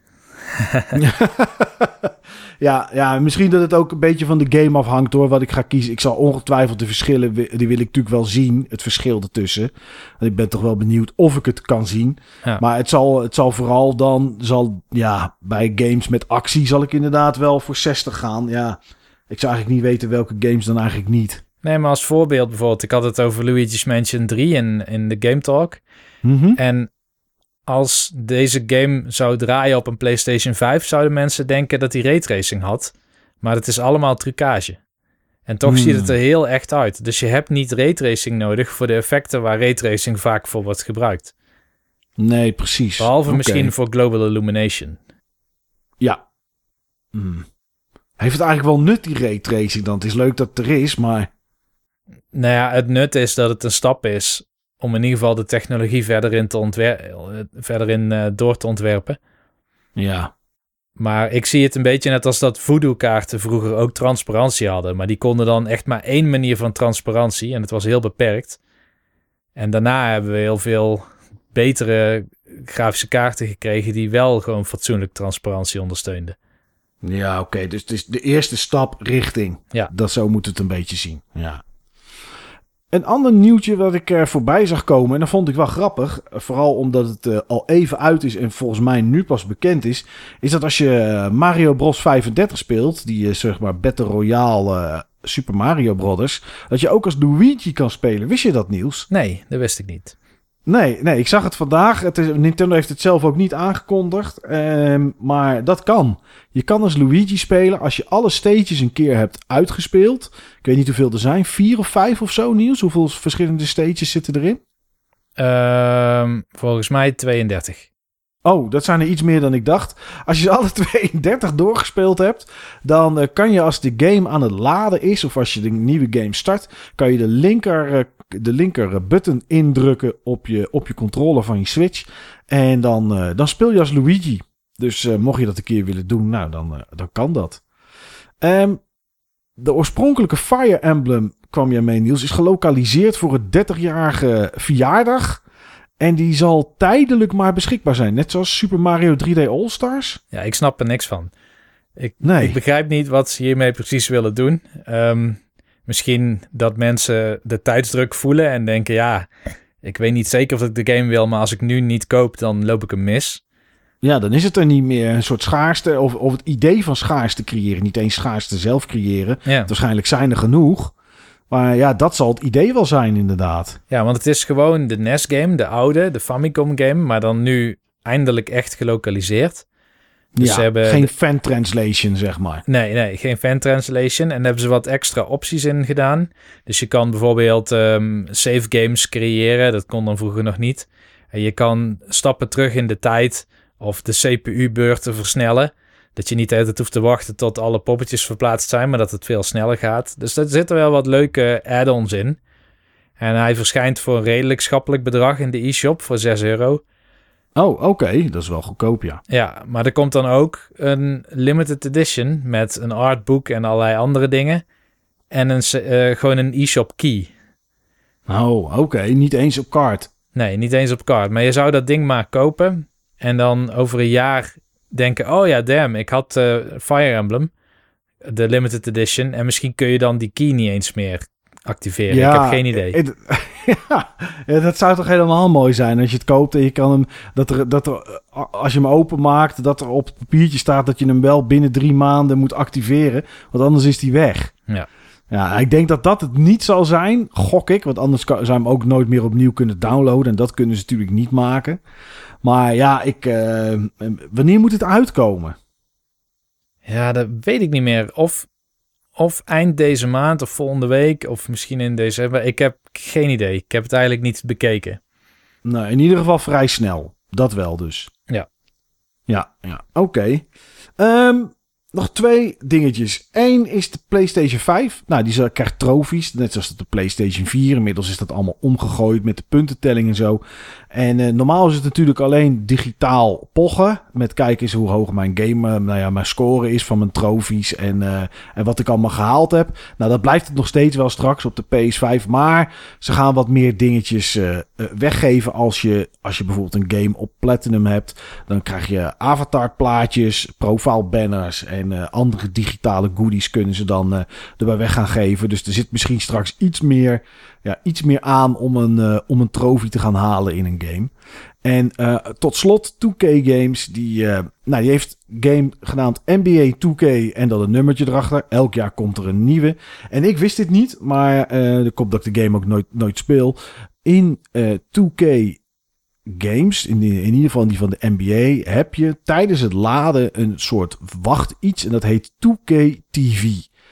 ja, ja, misschien dat het ook een beetje van de game afhangt hoor, wat ik ga kiezen. Ik zal ongetwijfeld de verschillen, die wil ik natuurlijk wel zien, het verschil ertussen. En ik ben toch wel benieuwd of ik het kan zien. Ja. Maar het zal, het zal vooral dan, zal, ja, bij games met actie zal ik inderdaad wel voor zestig gaan. Ja, ik zou eigenlijk niet weten welke games dan eigenlijk niet. Nee, maar als voorbeeld bijvoorbeeld, ik had het over Luigi's Mansion drie in, in de Game Talk. Mm-hmm. En als deze game zou draaien op een PlayStation vijf, zouden mensen denken dat hij raytracing had. Maar het is allemaal trucage. En toch Hmm. ziet het er heel echt uit. Dus je hebt niet raytracing nodig voor de effecten waar raytracing vaak voor wordt gebruikt. Nee, precies. Behalve Okay. misschien voor Global Illumination. Ja. Hmm. Heeft het eigenlijk wel nut, die raytracing dan? Het is leuk dat het er is, maar... Nou ja, het nut is dat het een stap is om in ieder geval de technologie verder in, te ontwer- verder in uh, door te ontwerpen. Ja. Maar ik zie het een beetje net als dat voodoo-kaarten vroeger ook transparantie hadden. Maar die konden dan echt maar één manier van transparantie. En het was heel beperkt. En daarna hebben we heel veel betere grafische kaarten gekregen die wel gewoon fatsoenlijk transparantie ondersteunden. Ja, oké. Okay. Dus het is de eerste stap richting. Ja. Dat zo moet het een beetje zien. Ja. Een ander nieuwtje wat ik er voorbij zag komen, en dat vond ik wel grappig, vooral omdat het uh, al even uit is en volgens mij nu pas bekend is, is dat als je Mario Bros vijfendertig speelt, die uh, zeg maar Battle Royale uh, Super Mario Brothers, dat je ook als Luigi kan spelen. Wist je dat, Niels? Nee, dat wist ik niet. Nee, nee, ik zag het vandaag. Het is, Nintendo heeft het zelf ook niet aangekondigd. Um, maar dat kan. Je kan als Luigi spelen als je alle stages een keer hebt uitgespeeld. Ik weet niet hoeveel er zijn. Vier of vijf of zo, Niels? Hoeveel verschillende stages zitten erin? Um, volgens mij tweeëndertig. Oh, dat zijn er iets meer dan ik dacht. Als je ze alle tweeëndertig doorgespeeld hebt, dan uh, kan je als de game aan het laden is, of als je de nieuwe game start, kan je de linker, uh, de linker button indrukken op je, op je controller van je Switch. En dan, uh, dan speel je als Luigi. Dus uh, mocht je dat een keer willen doen, nou, dan, uh, dan kan dat. Um, de oorspronkelijke Fire Emblem, kwam jij mee, Niels, is gelokaliseerd voor het dertigjarige verjaardag. En die zal tijdelijk maar beschikbaar zijn. Net zoals Super Mario drie D All-Stars. Ja, ik snap er niks van. Ik, nee. ik begrijp niet wat ze hiermee precies willen doen. Um, misschien dat mensen de tijdsdruk voelen en denken, ja, ik weet niet zeker of ik de game wil, maar als ik nu niet koop, dan loop ik hem mis. Ja, dan is het er niet meer een soort schaarste, of, of het idee van schaarste creëren. Niet eens schaarste zelf creëren. Ja. Waarschijnlijk zijn er genoeg. Maar ja, dat zal het idee wel zijn, inderdaad. Ja, want het is gewoon de N E S-game, de oude, de Famicom-game, maar dan nu eindelijk echt gelokaliseerd. Dus ja, ze hebben geen de... fan-translation, zeg maar. Nee, nee, geen fan-translation. En daar hebben ze wat extra opties in gedaan. Dus je kan bijvoorbeeld um, save games creëren. Dat kon dan vroeger nog niet. En je kan stappen terug in de tijd of de C P U-beurten versnellen. Dat je niet de hele tijd hoeft te wachten tot alle poppetjes verplaatst zijn, maar dat het veel sneller gaat. Dus er zitten wel wat leuke add-ons in. En hij verschijnt voor een redelijk schappelijk bedrag in de e-shop voor zes euro. Oh, oké. Okay. Dat is wel goedkoop, ja. Ja, maar er komt dan ook een limited edition met een artbook en allerlei andere dingen. En een, uh, gewoon een e-shop key. Oh, oké. Okay. Niet eens op kaart. Nee, niet eens op kaart. Maar je zou dat ding maar kopen en dan over een jaar denken, oh ja, damn, ik had uh, Fire Emblem, de limited edition, en misschien kun je dan die key niet eens meer activeren. Ja, ik heb geen idee. Het, ja, dat zou toch helemaal mooi zijn als je het koopt en je kan hem, dat er, dat er, als je hem openmaakt, dat er op het papiertje staat dat je hem wel binnen drie maanden moet activeren, want anders is die weg. Ja. Ja, ik denk dat dat het niet zal zijn, gok ik, want anders zou je hem ook nooit meer opnieuw kunnen downloaden en dat kunnen ze natuurlijk niet maken. Maar ja, ik, uh, wanneer moet het uitkomen? Ja, dat weet ik niet meer. Of, of eind deze maand of volgende week of misschien in december. Ik heb geen idee. Ik heb het eigenlijk niet bekeken. Nou, in ieder geval vrij snel. Dat wel dus. Ja. Ja, ja. Oké. Okay. Um, nog twee dingetjes. Eén is de PlayStation vijf. Nou, die krijgt trofies. Net zoals de PlayStation vier. Inmiddels is dat allemaal omgegooid met de puntentelling en zo. En uh, normaal is het natuurlijk alleen digitaal pochen. Met kijken eens hoe hoog mijn game, uh, nou ja, mijn score is van mijn trofies. En, uh, en wat ik allemaal gehaald heb. Nou, dat blijft het nog steeds wel straks op de P S vijf. Maar ze gaan wat meer dingetjes uh, uh, weggeven. Als je, als je bijvoorbeeld een game op Platinum hebt. Dan krijg je avatarplaatjes, profile banners en uh, andere digitale goodies kunnen ze dan uh, erbij weg gaan geven. Dus er zit misschien straks iets meer, ja, iets meer aan om een, uh, om een trofee te gaan halen in een game. En uh, tot slot twee K Games. Die, uh, nou, die heeft game genaamd N B A twee K en dan een nummertje erachter. Elk jaar komt er een nieuwe. En ik wist dit niet, maar uh, dat komt dat ik de game ook nooit, nooit speel. In uh, twee K Games, in, die, in ieder geval die van de N B A, heb je tijdens het laden een soort wacht iets. En dat heet twee K T V.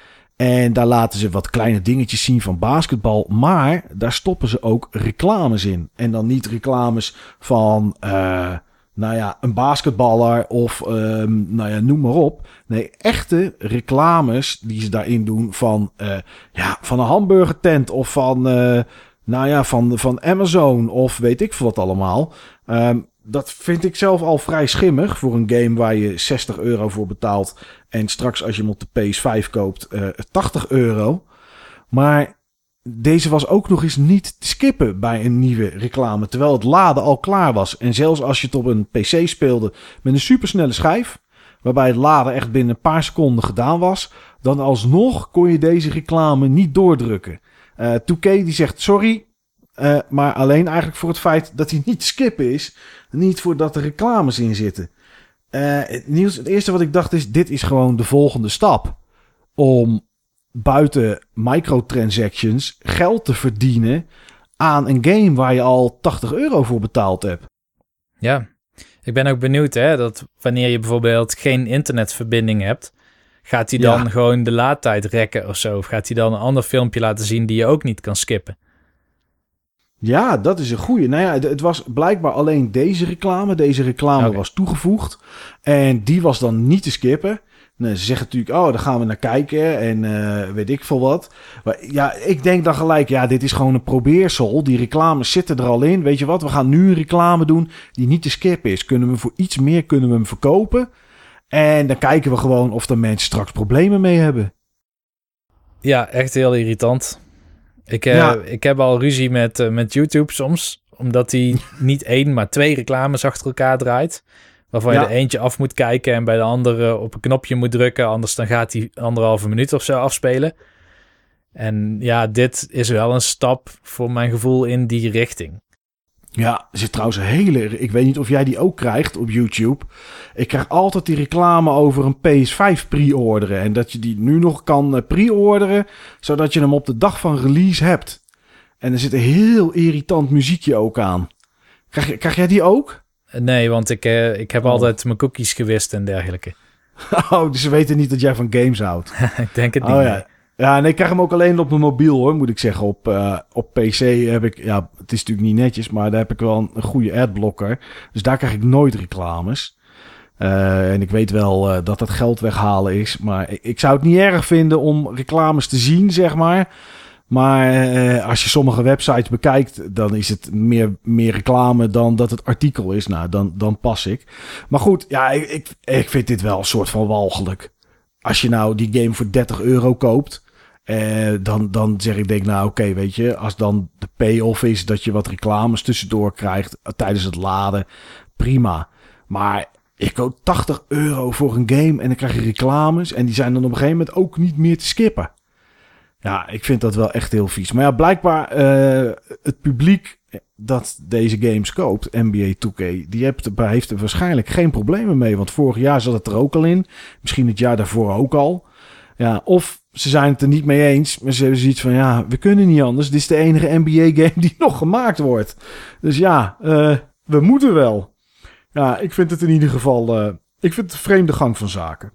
En daar laten ze wat kleine dingetjes zien van basketbal. Maar daar stoppen ze ook reclames in. En dan niet reclames van, uh, nou ja, een basketballer of, um, nou ja, noem maar op. Nee, echte reclames die ze daarin doen van, uh, ja, van een hamburgertent of van, uh, nou ja, van, van Amazon of weet ik veel wat allemaal. Um, dat vind ik zelf al vrij schimmig voor een game waar je zestig euro voor betaalt. En straks als je hem op de P S vijf koopt, uh, tachtig euro. Maar deze was ook nog eens niet te skippen bij een nieuwe reclame. Terwijl het laden al klaar was. En zelfs als je het op een P C speelde met een supersnelle schijf, waarbij het laden echt binnen een paar seconden gedaan was, dan alsnog kon je deze reclame niet doordrukken. Uh, twee K die zegt sorry, uh, maar alleen eigenlijk voor het feit dat hij niet te skippen is. Niet voordat er reclames in zitten. Uh, Niels, het eerste wat ik dacht is, dit is gewoon de volgende stap. Om buiten microtransactions geld te verdienen aan een game waar je al tachtig euro voor betaald hebt. Ja, ik ben ook benieuwd hè, dat wanneer je bijvoorbeeld geen internetverbinding hebt, gaat hij dan ja. gewoon de laadtijd rekken of zo? Of gaat hij dan een ander filmpje laten zien die je ook niet kan skippen? Ja, dat is een goeie. Nou ja, het was blijkbaar alleen deze reclame. Deze reclame okay. was toegevoegd. En die was dan niet te skippen. Nou, ze zeggen natuurlijk, oh, daar gaan we naar kijken. En uh, weet ik veel wat. Maar ja, ik denk dan gelijk, ja, dit is gewoon een probeersel. Die reclames zitten er al in. Weet je wat, we gaan nu een reclame doen die niet te skippen is. Kunnen we voor iets meer kunnen we hem verkopen? En dan kijken we gewoon of er mensen straks problemen mee hebben. Ja, echt heel irritant. Ik, uh, ja. ik heb al ruzie met, uh, met YouTube soms. Omdat hij niet één, maar twee reclames achter elkaar draait. Waarvan ja. je er eentje af moet kijken en bij de andere op een knopje moet drukken. Anders dan gaat hij anderhalve minuut of zo afspelen. En ja, dit is wel een stap voor mijn gevoel in die richting. Ja, er zit trouwens een hele... Ik weet niet of jij die ook krijgt op YouTube. Ik krijg altijd die reclame over een P S vijf pre-orderen. En dat je die nu nog kan pre-orderen, zodat je hem op de dag van release hebt. En er zit een heel irritant muziekje ook aan. Krijg, krijg jij die ook? Nee, want ik, uh, ik heb oh. altijd mijn cookies gewist en dergelijke. Oh, dus ze weten niet dat jij van games houdt. Ik denk het niet. Oh, ja. Ja, en ik krijg hem ook alleen op mijn mobiel hoor, moet ik zeggen. Op, uh, op P C heb ik, ja, het is natuurlijk niet netjes, maar daar heb ik wel een, een goede adblocker. Dus daar krijg ik nooit reclames. Uh, en ik weet wel uh, dat dat geld weghalen is. Maar ik, ik zou het niet erg vinden om reclames te zien, zeg maar. Maar uh, als je sommige websites bekijkt, dan is het meer, meer reclame dan dat het artikel is. Nou, dan, dan pas ik. Maar goed, ja, ik, ik, ik vind dit wel een soort van walgelijk. Als je nou die game voor dertig euro koopt, uh, dan, dan zeg ik, denk nou oké, okay, weet je, als dan de payoff is dat je wat reclames tussendoor krijgt uh, tijdens het laden, prima. Maar ik koop tachtig euro voor een game en dan krijg je reclames en die zijn dan op een gegeven moment ook niet meer te skippen. Ja, ik vind dat wel echt heel vies. Maar ja, blijkbaar uh, het publiek dat deze games koopt, N B A two K, die heeft, heeft er waarschijnlijk geen problemen mee. Want vorig jaar zat het er ook al in. Misschien het jaar daarvoor ook al. Ja, of ze zijn het er niet mee eens. Maar ze hebben zoiets van, ja, we kunnen niet anders. Dit is de enige N B A-game die nog gemaakt wordt. Dus ja, uh, we moeten wel. Ja, ik vind het in ieder geval, uh, ik vind het een vreemde gang van zaken.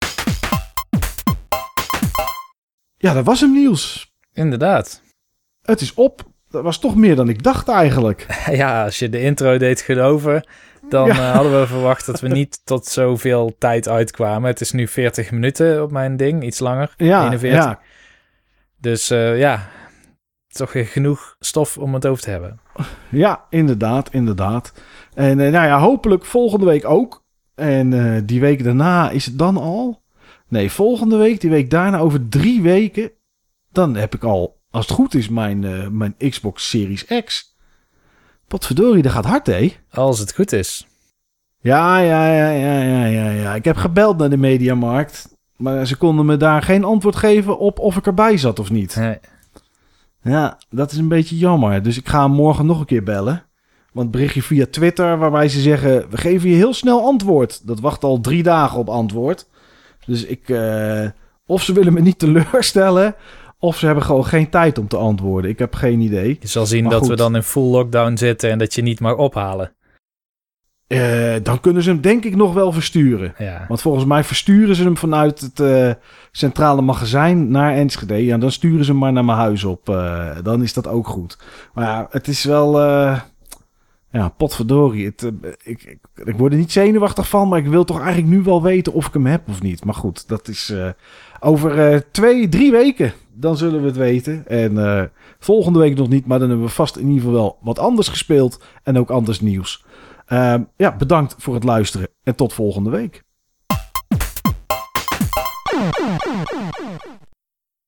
Ja, dat was hem, Niels. Inderdaad. Het is op. Dat was toch meer dan ik dacht eigenlijk. Ja, als je de intro deed geloven, dan ja. uh, hadden we verwacht dat we niet tot zoveel tijd uitkwamen. Het is nu veertig minuten op mijn ding, iets langer. Ja, eenenveertig. Ja. Dus uh, ja, toch weer genoeg stof om het over te hebben. Ja, inderdaad, inderdaad. En uh, nou ja, hopelijk volgende week ook. En uh, die week daarna is het dan al... Nee, volgende week, die week daarna, over drie weken... dan heb ik al, als het goed is, mijn, uh, mijn Xbox Series X. Potverdorie, dat gaat hard, hé? Als het goed is. Ja, ja, ja, ja, ja, ja, ja. Ik heb gebeld naar de Mediamarkt... maar ze konden me daar geen antwoord geven op of ik erbij zat of niet. Nee. Ja, dat is een beetje jammer. Dus ik ga hem morgen nog een keer bellen. Want berichtje via Twitter waarbij ze zeggen... we geven je heel snel antwoord. Dat wacht al drie dagen op antwoord... Dus ik, uh, of ze willen me niet teleurstellen, of ze hebben gewoon geen tijd om te antwoorden. Ik heb geen idee. Je zal zien maar dat goed. We dan in full lockdown zitten en dat je niet mag ophalen. Uh, dan kunnen ze hem denk ik nog wel versturen. Ja. Want volgens mij versturen ze hem vanuit het uh, centrale magazijn naar Enschede. Ja, dan sturen ze hem maar naar mijn huis op. Uh, dan is dat ook goed. Maar ja, het is wel... Uh, Ja, potverdorie. Het, uh, ik, ik, ik word er niet zenuwachtig van, maar ik wil toch eigenlijk nu wel weten of ik hem heb of niet. Maar goed, dat is uh, over uh, twee, drie weken. Dan zullen we het weten. En uh, volgende week nog niet, maar dan hebben we vast in ieder geval wel wat anders gespeeld. En ook anders nieuws. Uh, ja, bedankt voor het luisteren en tot volgende week.